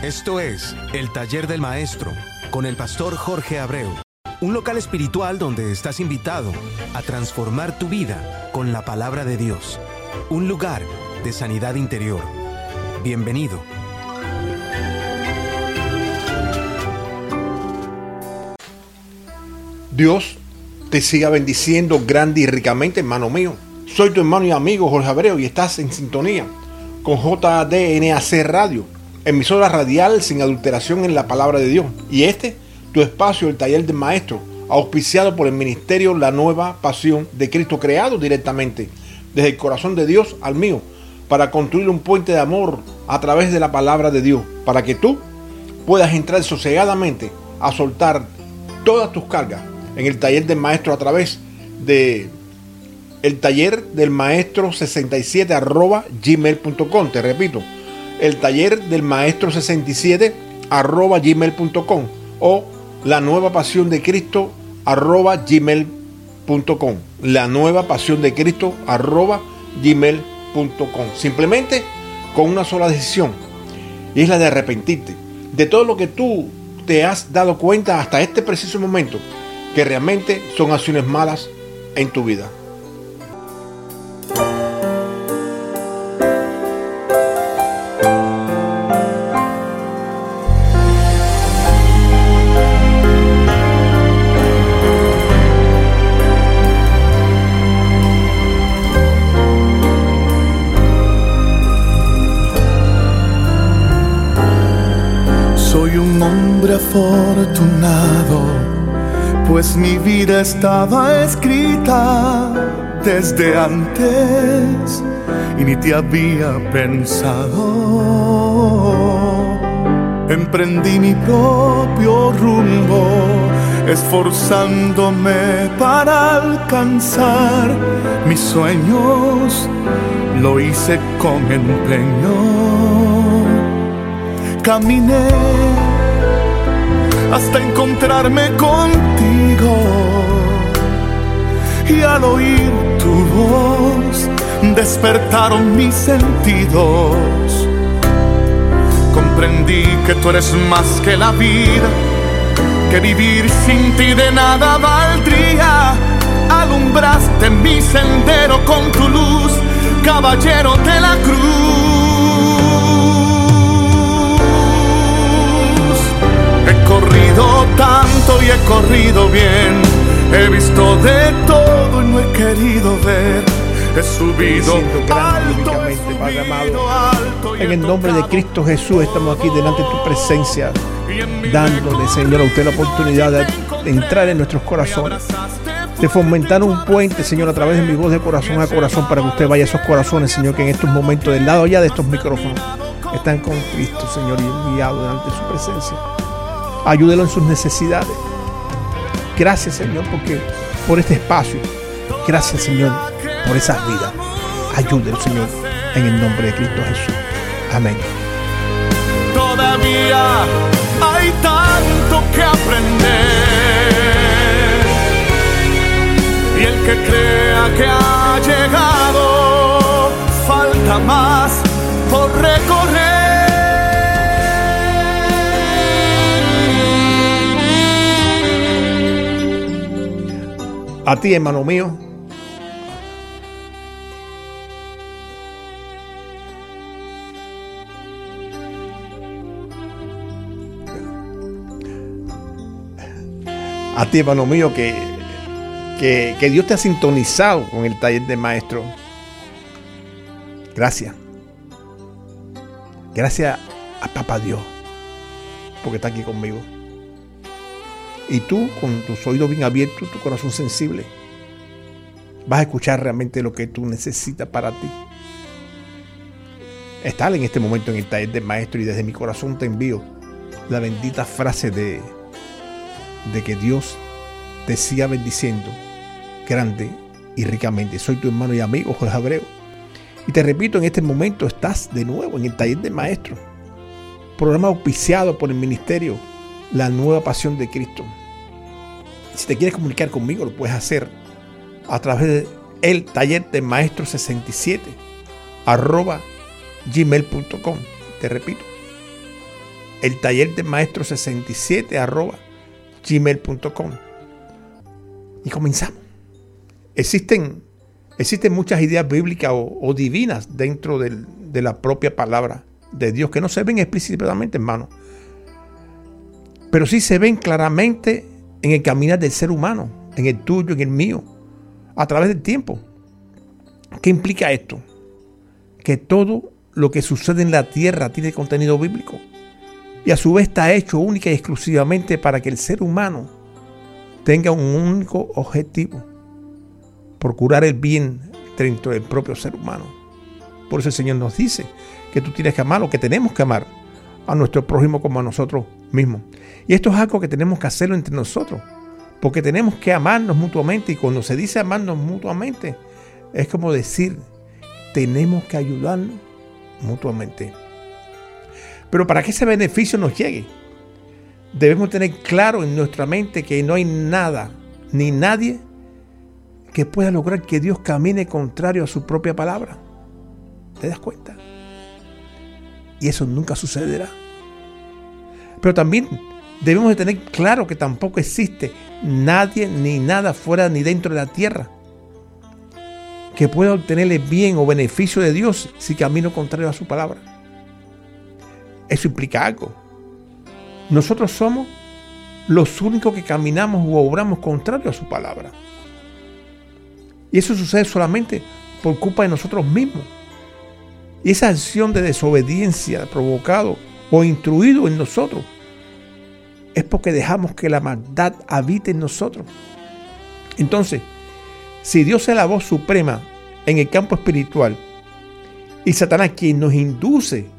Esto es El Taller del Maestro, con el pastor Jorge Abreu. Un local espiritual donde estás invitado a transformar tu vida con la palabra de Dios. Un lugar de sanidad interior. Bienvenido. Dios te siga bendiciendo grande y ricamente, hermano mío. Soy tu hermano y amigo Jorge Abreu y estás en sintonía con JDNAC Radio, emisora radial sin adulteración en la palabra de Dios. Y tu espacio, el Taller del Maestro, auspiciado por el ministerio La Nueva Pasión de Cristo, creado directamente desde el corazón de Dios al mío, para construir un puente de amor a través de la palabra de Dios, para que tú puedas entrar sosegadamente a soltar todas tus cargas en el Taller del Maestro a través de el taller del maestro 67 @gmail.com. Te repito, el taller del maestro 67 @gmail.com o la nueva pasión de Cristo @gmail.com. La nueva pasión de Cristo @gmail.com. Simplemente con una sola decisión, y es la de arrepentirte de todo lo que tú te has dado cuenta hasta este preciso momento que realmente son acciones malas en tu vida. Soy un hombre afortunado, pues mi vida estaba escrita desde antes y ni te había pensado. Emprendí mi propio rumbo, esforzándome para alcanzar mis sueños. Lo hice con empeño. Caminé hasta encontrarme contigo, y al oír tu voz despertaron mis sentidos. Comprendí que tú eres más que la vida, que vivir sin ti de nada valdría. Alumbraste mi sendero con tu luz, caballero de la cruz. He corrido tanto y he corrido bien, he visto de todo y no he querido ver. He subido alto, Padre amado, en el nombre de Cristo Jesús estamos aquí delante de tu presencia, dándole, Señor, a usted la oportunidad de entrar en nuestros corazones, de fomentar un puente, Señor, a través de mi voz de corazón a corazón, para que usted vaya a esos corazones, Señor, que en estos momentos, del lado allá de estos micrófonos, están con Cristo, Señor, y enviados delante de su presencia. Ayúdelo en sus necesidades. Gracias, Señor, por este espacio. Gracias, Señor, por esas vidas. Ayúdelo, Señor, en el nombre de Cristo Jesús. Amén. Todavía hay tanto que aprender, y el que crea que ha llegado, falta más por recorrer. A ti, hermano mío, que Dios te ha sintonizado con el Taller del Maestro. Gracias. Gracias a Papá Dios, porque está aquí conmigo. Y tú, con tus oídos bien abiertos, tu corazón sensible, vas a escuchar realmente lo que tú necesitas para ti. Estar en este momento en el Taller del Maestro, y desde mi corazón te envío la bendita frase de que Dios te siga bendiciendo grande y ricamente. Soy tu hermano y amigo Jorge Abreu, y te repito, en este momento estás de nuevo en el Taller del Maestro, programa auspiciado por el ministerio La Nueva Pasión de Cristo. Si te quieres comunicar conmigo, lo puedes hacer a través de el Taller del Maestro 67 @gmail.com. Te repito, el taller del maestro 67 @gmail.com. Y comenzamos. Existen muchas ideas bíblicas o divinas dentro de la propia palabra de Dios que no se ven explícitamente, hermano, pero sí se ven claramente en el caminar del ser humano, en el tuyo, en el mío, a través del tiempo. ¿Qué implica esto? Que todo lo que sucede en la tierra tiene contenido bíblico y a su vez está hecho única y exclusivamente para que el ser humano tenga un único objetivo: procurar el bien dentro del propio ser humano. Por eso el Señor nos dice que tú tienes que amar, o que tenemos que amar a nuestro prójimo como a nosotros mismos. Y esto es algo que tenemos que hacerlo entre nosotros, porque tenemos que amarnos mutuamente. Y cuando se dice amarnos mutuamente, es como decir, tenemos que ayudarnos mutuamente. Pero para que ese beneficio nos llegue, debemos tener claro en nuestra mente que no hay nada ni nadie que pueda lograr que Dios camine contrario a su propia palabra. ¿Te das cuenta? Y eso nunca sucederá. Pero también debemos de tener claro que tampoco existe nadie ni nada fuera ni dentro de la tierra que pueda obtener el bien o beneficio de Dios si camino contrario a su palabra. Eso implica algo. Nosotros somos los únicos que caminamos o obramos contrario a su palabra. Y eso sucede solamente por culpa de nosotros mismos. Y esa acción de desobediencia provocado o instruido en nosotros es porque dejamos que la maldad habite en nosotros. Entonces, si Dios es la voz suprema en el campo espiritual y Satanás quien nos induce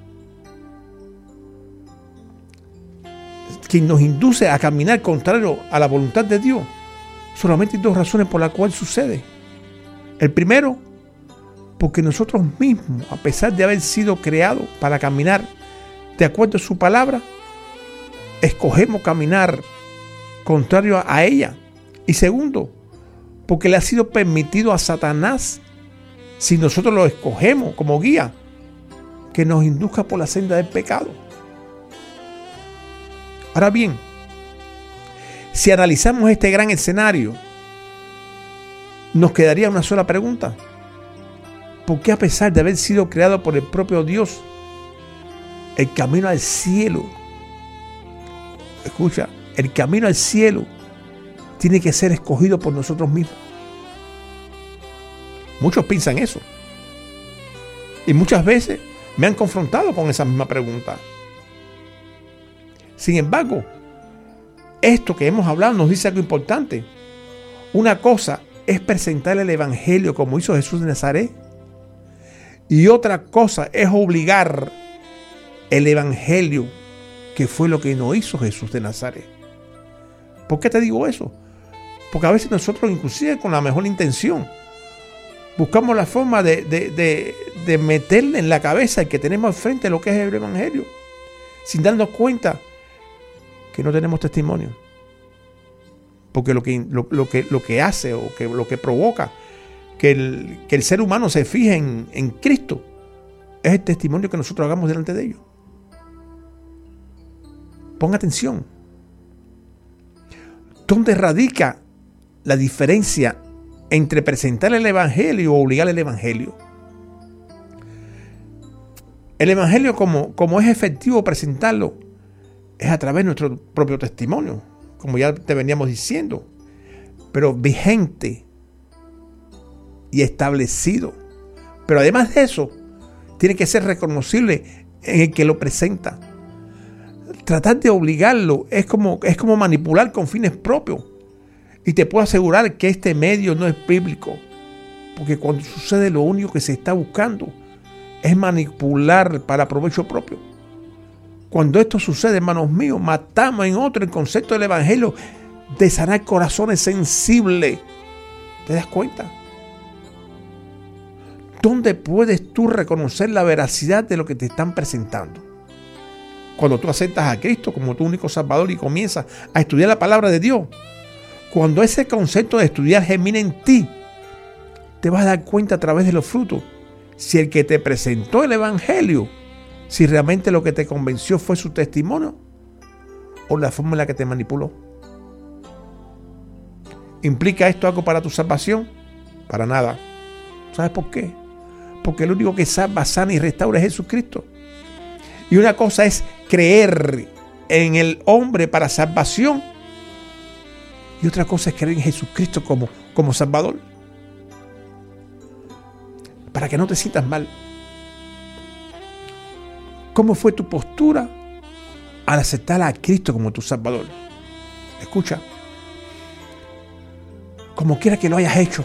a caminar contrario a la voluntad de Dios, solamente hay dos razones por las cuales sucede. El primero, porque nosotros mismos, a pesar de haber sido creados para caminar de acuerdo a su palabra, escogemos caminar contrario a ella. Y segundo, porque le ha sido permitido a Satanás, si nosotros lo escogemos como guía, que nos induzca por la senda del pecado. Ahora bien, si analizamos este gran escenario, nos quedaría una sola pregunta: ¿por qué, a pesar de haber sido creado por el propio Dios, el camino al cielo, escucha, el camino al cielo tiene que ser escogido por nosotros mismos? Muchos piensan eso. Y muchas veces me han confrontado con esa misma pregunta. Sin embargo, esto que hemos hablado nos dice algo importante. Una cosa es presentar el Evangelio como hizo Jesús de Nazaret, y otra cosa es obligar el Evangelio, que fue lo que no hizo Jesús de Nazaret. ¿Por qué te digo eso? Porque a veces nosotros, inclusive con la mejor intención, buscamos la forma de meterle en la cabeza al que tenemos al frente lo que es el Evangelio, sin darnos cuenta que no tenemos testimonio. Porque lo que hace o que lo que provoca que el ser humano se fije en Cristo es el testimonio que nosotros hagamos delante de ellos. Ponga atención. ¿Dónde radica la diferencia entre presentar el Evangelio o obligar el Evangelio? El Evangelio, como es efectivo presentarlo, es a través de nuestro propio testimonio, como ya te veníamos diciendo, pero vigente y establecido. Pero además de eso, tiene que ser reconocible en el que lo presenta. Tratar de obligarlo es como manipular con fines propios. Y te puedo asegurar que este medio no es bíblico, porque cuando sucede, lo único que se está buscando es manipular para provecho propio. Cuando esto sucede, hermanos míos, matamos en otro el concepto del Evangelio de sanar corazones sensibles. ¿Te das cuenta? ¿Dónde puedes tú reconocer la veracidad de lo que te están presentando? Cuando tú aceptas a Cristo como tu único Salvador y comienzas a estudiar la palabra de Dios. Cuando ese concepto de estudiar germina en ti, te vas a dar cuenta a través de los frutos si el que te presentó el Evangelio si realmente lo que te convenció fue su testimonio o la forma en la que te manipuló. ¿Implica esto algo para tu salvación? Para nada. ¿Sabes por qué? Porque el único que salva, sana y restaura es Jesucristo. Y una cosa es creer en el hombre para salvación, y otra cosa es creer en Jesucristo como Salvador. Para que no te sientas mal, ¿cómo fue tu postura al aceptar a Cristo como tu Salvador? Escucha, como quiera que lo hayas hecho,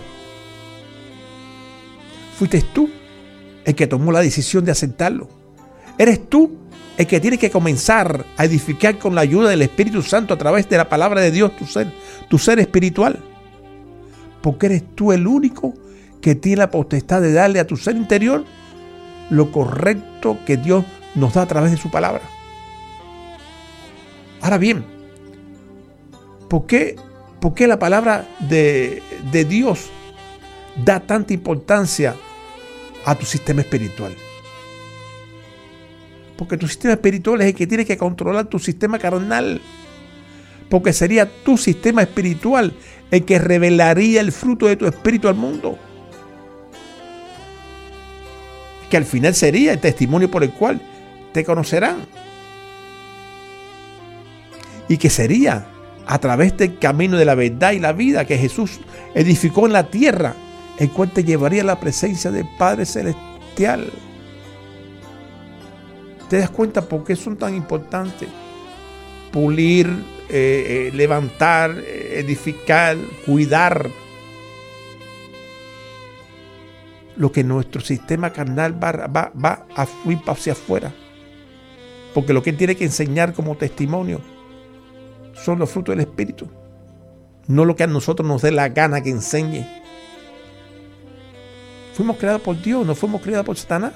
fuiste tú el que tomó la decisión de aceptarlo. Eres tú el que tiene que comenzar a edificar con la ayuda del Espíritu Santo a través de la palabra de Dios tu ser espiritual. Porque eres tú el único que tiene la potestad de darle a tu ser interior lo correcto que Dios nos da a través de su palabra. Ahora bien, ¿por qué la palabra de Dios da tanta importancia a tu sistema espiritual? Porque tu sistema espiritual es el que tiene que controlar tu sistema carnal. Porque sería tu sistema espiritual el que revelaría el fruto de tu espíritu al mundo. Que al final sería el testimonio por el cual te conocerán. Y que sería a través del camino de la verdad y la vida que Jesús edificó en la tierra, el cual te llevaría a la presencia del Padre Celestial. ¿Te das cuenta por qué son tan importantes? Pulir, levantar, edificar, cuidar lo que nuestro sistema carnal va a fluir hacia afuera. Porque lo que Él tiene que enseñar como testimonio son los frutos del Espíritu, no lo que a nosotros nos dé la gana que enseñe. Fuimos creados por Dios, no fuimos creados por Satanás.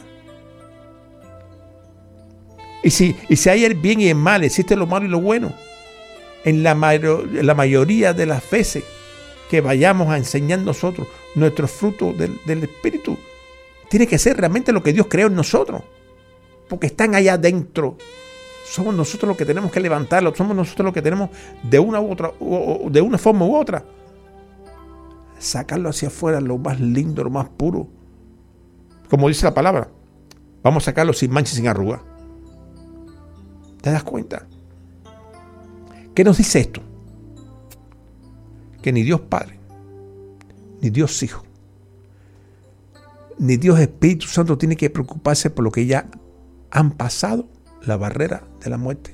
Y si hay el bien y el mal, existe lo malo y lo bueno. En la mayoría de las veces que vayamos a enseñar nosotros nuestros frutos del Espíritu, tiene que ser realmente lo que Dios creó en nosotros, porque están allá adentro. Somos nosotros los que tenemos que levantarlo, somos nosotros los que tenemos de una u otra, o de una forma u otra, sacarlo hacia afuera, lo más lindo, lo más puro. Como dice la palabra, vamos a sacarlo sin mancha y sin arruga. ¿Te das cuenta? ¿Qué nos dice esto? Que ni Dios Padre, ni Dios Hijo, ni Dios Espíritu Santo tiene que preocuparse por lo que ya han pasado la barrera de la muerte.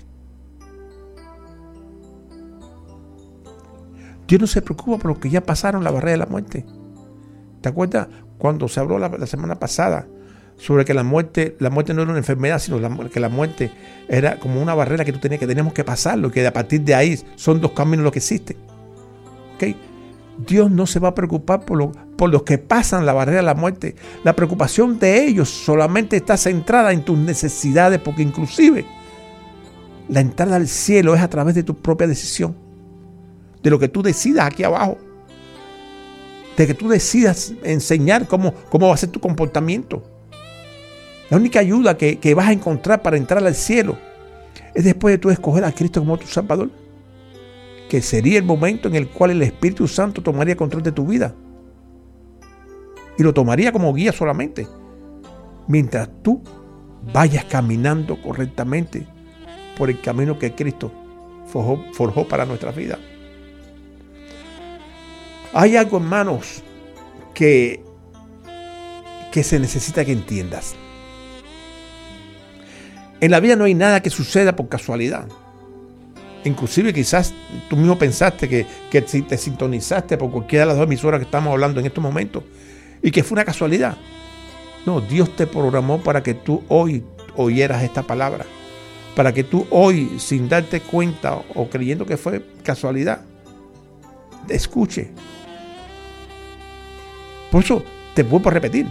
Dios no se preocupa por lo que ya pasaron la barrera de la muerte. ¿Te acuerdas cuando se habló la semana pasada sobre que la muerte no era una enfermedad, sino que la muerte era como una barrera que teníamos que pasarlo, que a partir de ahí son dos caminos los que existen? ¿Okay? Dios no se va a preocupar por los que pasan la barrera de la muerte. La preocupación de ellos solamente está centrada en tus necesidades, porque inclusive la entrada al cielo es a través de tu propia decisión, de lo que tú decidas aquí abajo, de que tú decidas enseñar cómo va a ser tu comportamiento. La única ayuda que vas a encontrar para entrar al cielo es después de tú escoger a Cristo como tu Salvador, que sería el momento en el cual el Espíritu Santo tomaría control de tu vida. Y lo tomaría como guía solamente, mientras tú vayas caminando correctamente por el camino que Cristo forjó para nuestra vida. Hay algo, hermanos, que se necesita que entiendas. En la vida no hay nada que suceda por casualidad. Inclusive quizás tú mismo pensaste que si te sintonizaste por cualquiera de las dos emisoras que estamos hablando en estos momentos y que fue una casualidad. No, Dios te programó para que tú hoy oyeras esta palabra, para que tú hoy, sin darte cuenta o creyendo que fue casualidad, te escuche. Por eso te vuelvo a repetir.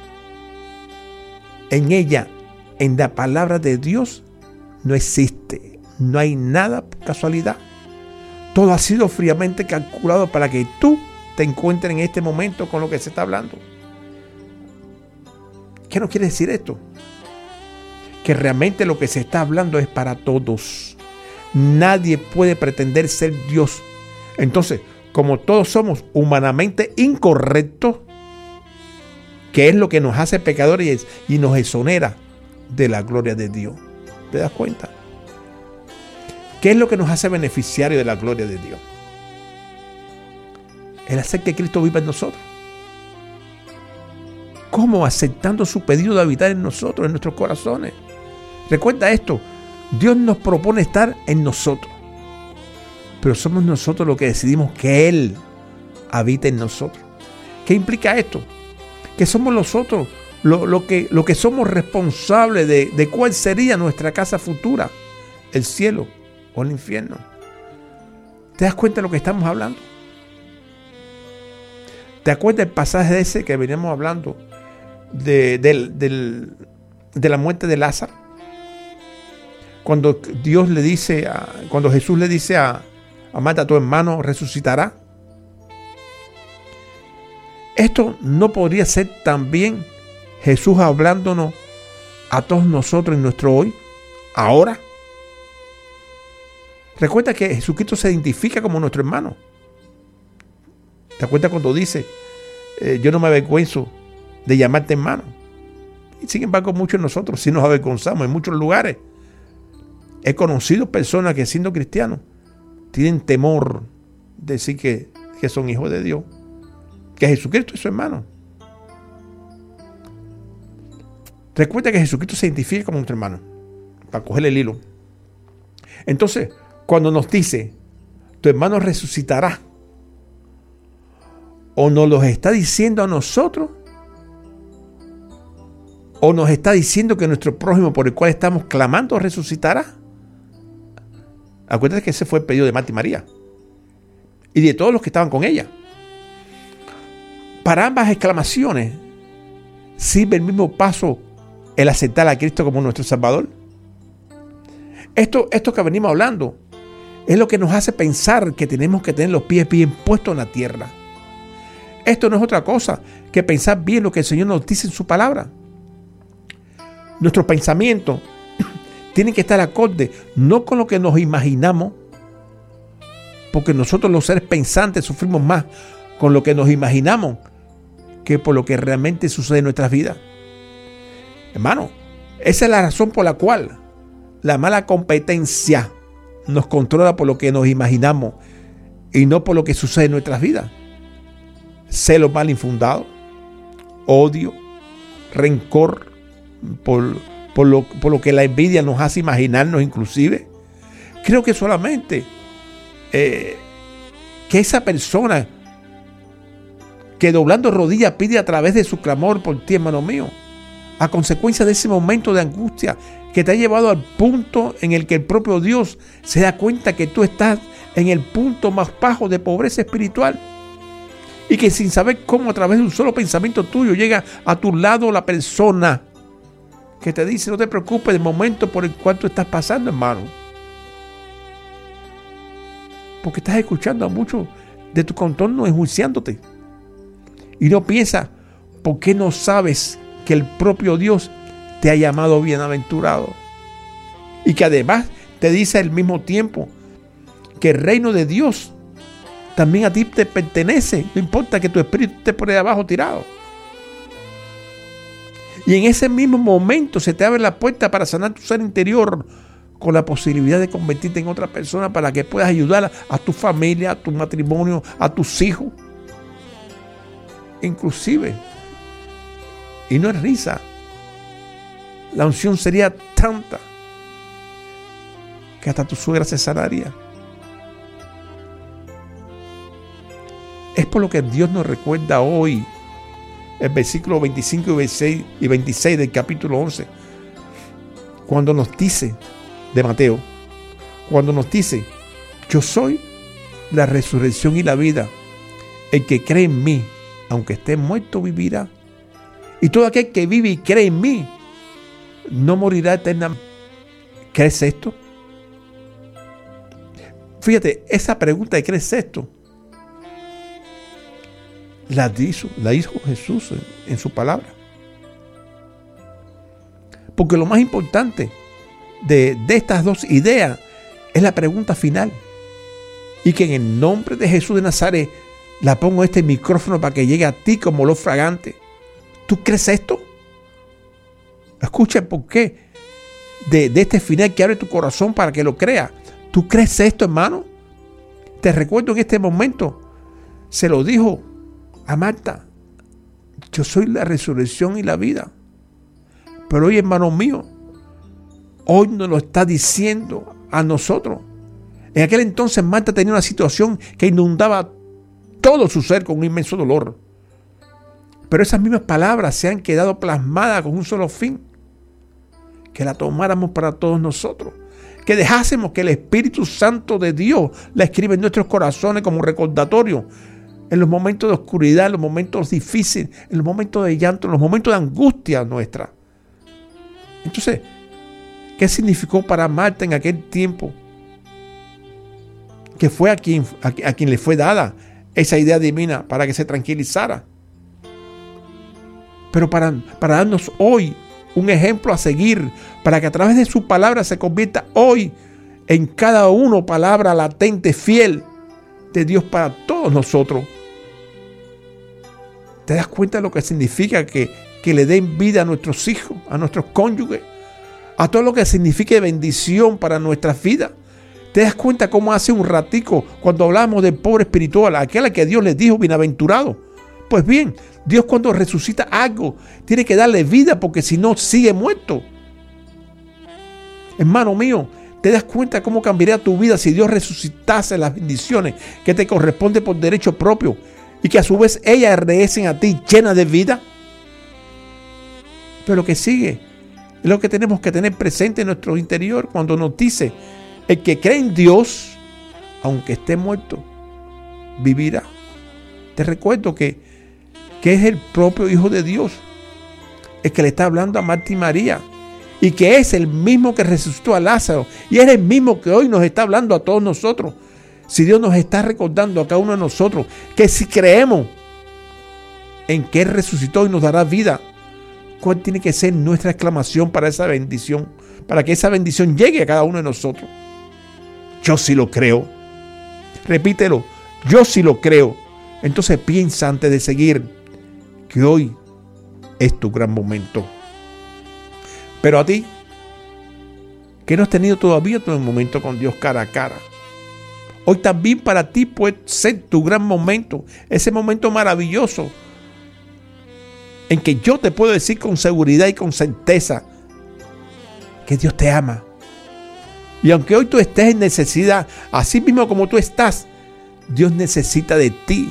En ella, en la palabra de Dios, no existe, no hay nada por casualidad. Todo ha sido fríamente calculado para que tú te encuentres en este momento con lo que se está hablando. ¿Qué nos quiere decir esto? que realmente lo que se está hablando es para todos. Nadie puede pretender ser Dios. Entonces, como todos somos humanamente incorrectos, que es lo que nos hace pecadores y nos exonera de la gloria de Dios. ¿Te das cuenta? ¿Qué es lo que nos hace beneficiarios de la gloria de Dios? El hacer que Cristo viva en nosotros. ¿Cómo? Aceptando su pedido de habitar en nosotros, en nuestros corazones. Recuerda esto, Dios nos propone estar en nosotros, pero somos nosotros los que decidimos que Él habite en nosotros. ¿Qué implica esto? Que somos nosotros lo que somos responsables de cuál sería nuestra casa futura, el cielo o el infierno. ¿Te das cuenta de lo que estamos hablando? ¿Te acuerdas del pasaje ese que veníamos hablando de la muerte de Lázaro? Cuando cuando Jesús le dice a Marta, tu hermano resucitará. Esto no podría ser también Jesús hablándonos a todos nosotros en nuestro hoy, ahora. Recuerda que Jesucristo se identifica como nuestro hermano. ¿Te acuerdas cuando dice, yo no me avergüenzo de llamarte hermano? Y sin embargo, muchos de nosotros sí nos avergonzamos en muchos lugares. He conocido personas que, siendo cristianos, tienen temor de decir que son hijos de Dios, que Jesucristo es su hermano. Recuerda que Jesucristo se identifica como nuestro hermano, para cogerle el hilo. Entonces, cuando nos dice, tu hermano resucitará, o nos lo está diciendo a nosotros, o nos está diciendo que nuestro prójimo por el cual estamos clamando resucitará. Acuérdate que ese fue el pedido de Marta y María y de todos los que estaban con ella. Para ambas exclamaciones sirve el mismo paso el aceptar a Cristo como nuestro Salvador. Esto que venimos hablando es lo que nos hace pensar que tenemos que tener los pies bien puestos en la tierra. Esto no es otra cosa que pensar bien lo que el Señor nos dice en su palabra. Nuestros pensamientos tienen que estar acorde no con lo que nos imaginamos, porque nosotros los seres pensantes sufrimos más con lo que nos imaginamos que por lo que realmente sucede en nuestras vidas. Hermano, esa es la razón por la cual la mala competencia nos controla por lo que nos imaginamos y no por lo que sucede en nuestras vidas. Celos mal infundados, odio, rencor por lo que la envidia nos hace imaginarnos inclusive. Creo que solamente que esa persona que doblando rodillas pide a través de su clamor por ti, hermano mío, a consecuencia de ese momento de angustia que te ha llevado al punto en el que el propio Dios se da cuenta que tú estás en el punto más bajo de pobreza espiritual, y que sin saber cómo a través de un solo pensamiento tuyo llega a tu lado la persona que te dice, no te preocupes del momento por el cual tú estás pasando, hermano, porque estás escuchando a muchos de tu contorno enjuiciándote y no piensas por qué no sabes que el propio Dios te ha llamado bienaventurado, y que además te dice al mismo tiempo que el reino de Dios también a ti te pertenece, no importa que tu espíritu esté por ahí abajo tirado. Y en ese mismo momento se te abre la puerta para sanar tu ser interior, con la posibilidad de convertirte en otra persona para que puedas ayudar a tu familia, a tu matrimonio, a tus hijos. Inclusive, y no es risa, la unción sería tanta que hasta tu suegra se sanaría. Es por lo que Dios nos recuerda hoy el versículo 25 y 26 del capítulo 11, cuando nos dice, de Mateo, cuando nos dice, yo soy la resurrección y la vida, el que cree en mí, aunque esté muerto, vivirá, y todo aquel que vive y cree en mí no morirá eternamente. ¿Crees esto? Fíjate, esa pregunta de ¿crees esto? La hizo Jesús en su palabra. Porque lo más importante de estas dos ideas es la pregunta final. Y que en el nombre de Jesús de Nazaret la pongo este micrófono para que llegue a ti como olor fragante. ¿Tú crees esto? Escucha el porqué de este final que abre tu corazón para que lo creas. ¿Tú crees esto, hermano? Te recuerdo en este momento, se lo dijo a Marta: yo soy la resurrección y la vida. Pero hoy, hermano mío, hoy nos lo está diciendo a nosotros. En aquel entonces Marta tenía una situación que inundaba todo su ser con un inmenso dolor. Pero esas mismas palabras se han quedado plasmadas con un solo fin: que la tomáramos para todos nosotros. Que dejásemos que el Espíritu Santo de Dios la escriba en nuestros corazones como recordatorio. En los momentos de oscuridad, en los momentos difíciles, en los momentos de llanto, en los momentos de angustia nuestra. Entonces, ¿qué significó para Marta en aquel tiempo? Que fue a quien le fue dada esa idea divina para que se tranquilizara. Pero para darnos hoy un ejemplo a seguir, para que a través de su palabra se convierta hoy en cada uno palabra latente, fiel de Dios para todos nosotros. ¿Te das cuenta de lo que significa que le den vida a nuestros hijos, a nuestros cónyuges, a todo lo que signifique bendición para nuestras vidas? ¿Te das cuenta cómo hace un ratico cuando hablamos del pobre espiritual, aquel a que Dios les dijo bienaventurado? Pues bien, Dios cuando resucita algo tiene que darle vida, porque si no sigue muerto. Hermano mío, ¿te das cuenta cómo cambiaría tu vida si Dios resucitase las bendiciones que te corresponden por derecho propio y que a su vez ellas regresen a ti llenas de vida? Pero lo que sigue es lo que tenemos que tener presente en nuestro interior cuando nos dice: el que cree en Dios, aunque esté muerto, vivirá. Te recuerdo que es el propio Hijo de Dios el que le está hablando a Marta y María, y que es el mismo que resucitó a Lázaro, y es el mismo que hoy nos está hablando a todos nosotros. Si Dios nos está recordando a cada uno de nosotros que si creemos en que Él resucitó y nos dará vida, ¿cuál tiene que ser nuestra exclamación para esa bendición? Para que esa bendición llegue a cada uno de nosotros. Yo sí lo creo. Repítelo: yo sí lo creo. Entonces piensa antes de seguir que hoy es tu gran momento. Pero a ti, que no has tenido todavía tu momento con Dios cara a cara, hoy también para ti puede ser tu gran momento, ese momento maravilloso en que yo te puedo decir con seguridad y con certeza que Dios te ama. Y aunque hoy tú estés en necesidad, así mismo como tú estás, Dios necesita de ti.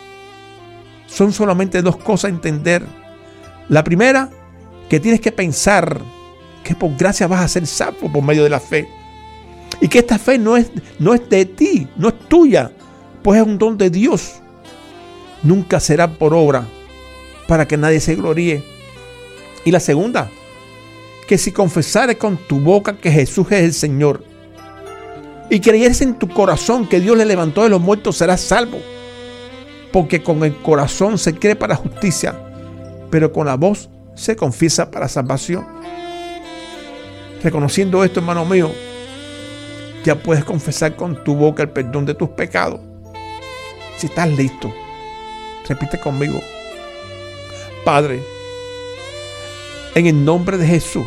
Son solamente dos cosas a entender. La primera, que tienes que pensar que por gracia vas a ser salvo por medio de la fe. Y que esta fe no es de ti, no es tuya, pues es un don de Dios. Nunca será por obra para que nadie se gloríe. Y la segunda, que si confesares con tu boca que Jesús es el Señor y creyeres en tu corazón que Dios le levantó de los muertos, serás salvo. Porque con el corazón se cree para justicia, pero con la voz se confiesa para salvación. Reconociendo esto, hermano mío, ya puedes confesar con tu boca el perdón de tus pecados. Si estás listo, repite conmigo: Padre, en el nombre de Jesús,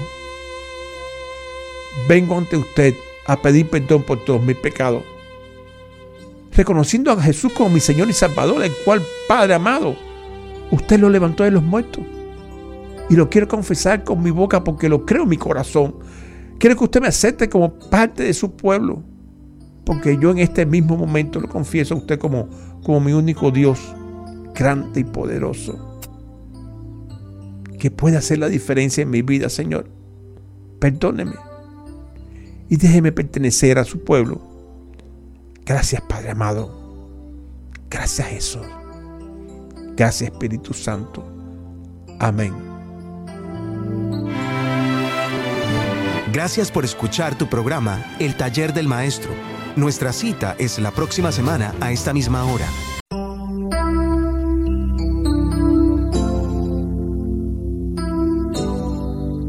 vengo ante usted a pedir perdón por todos mis pecados, reconociendo a Jesús como mi Señor y Salvador, el cual, Padre amado, usted lo levantó de los muertos. Y lo quiero confesar con mi boca porque lo creo en mi corazón. Quiero que usted me acepte como parte de su pueblo, porque yo en este mismo momento lo confieso a usted como mi único Dios, grande y poderoso, que puede hacer la diferencia en mi vida, Señor. Perdóneme y déjeme pertenecer a su pueblo. Gracias, Padre amado. Gracias, Jesús. Gracias, Espíritu Santo. Amén. Gracias por escuchar tu programa El Taller del Maestro. Nuestra cita es la próxima semana a esta misma hora.